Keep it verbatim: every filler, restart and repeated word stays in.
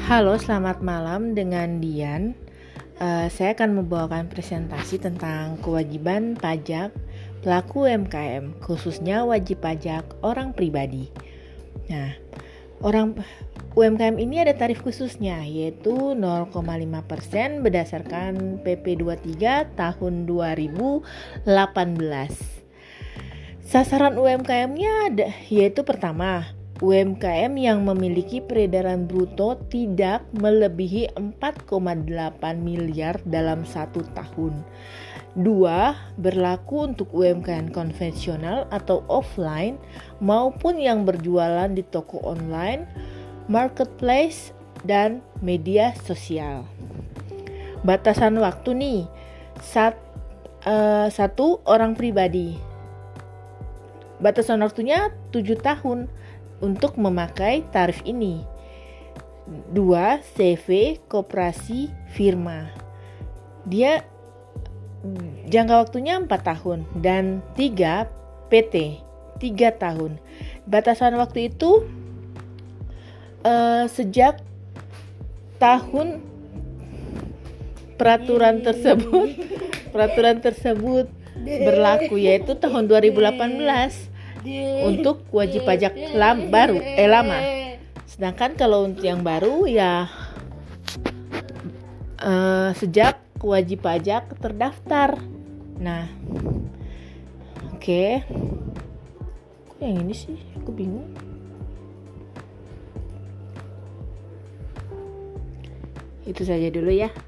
Halo, selamat malam dengan Dian. Uh, saya akan membawakan presentasi tentang kewajiban pajak pelaku U M K M, khususnya wajib pajak orang pribadi. Nah, orang U M K M ini ada tarif khususnya, yaitu nol koma lima persen berdasarkan P P dua puluh tiga tahun dua ribu delapan belas. Sasaran U M K M-nya ada, yaitu pertama, U M K M yang memiliki peredaran bruto tidak melebihi empat koma delapan miliar dalam satu tahun. Dua, berlaku untuk U M K M konvensional atau offline maupun yang berjualan di toko online, marketplace, dan media sosial. Batasan waktu nih, sat, uh, satu orang pribadi. Batasan waktunya tujuh tahun untuk memakai tarif ini. Dua, C V, koperasi, firma. Dia jangka waktunya empat tahun. Dan tiga, P T, tiga tahun. Batasan waktu itu uh, sejak tahun peraturan tersebut peraturan tersebut berlaku, yaitu tahun dua ribu delapan belas. Untuk wajib pajak lam, baru eh lama. Sedangkan kalau untuk yang baru ya uh, sejak wajib pajak terdaftar. Nah, oke. Okay. Kok yang ini sih? Aku bingung. Itu saja dulu ya.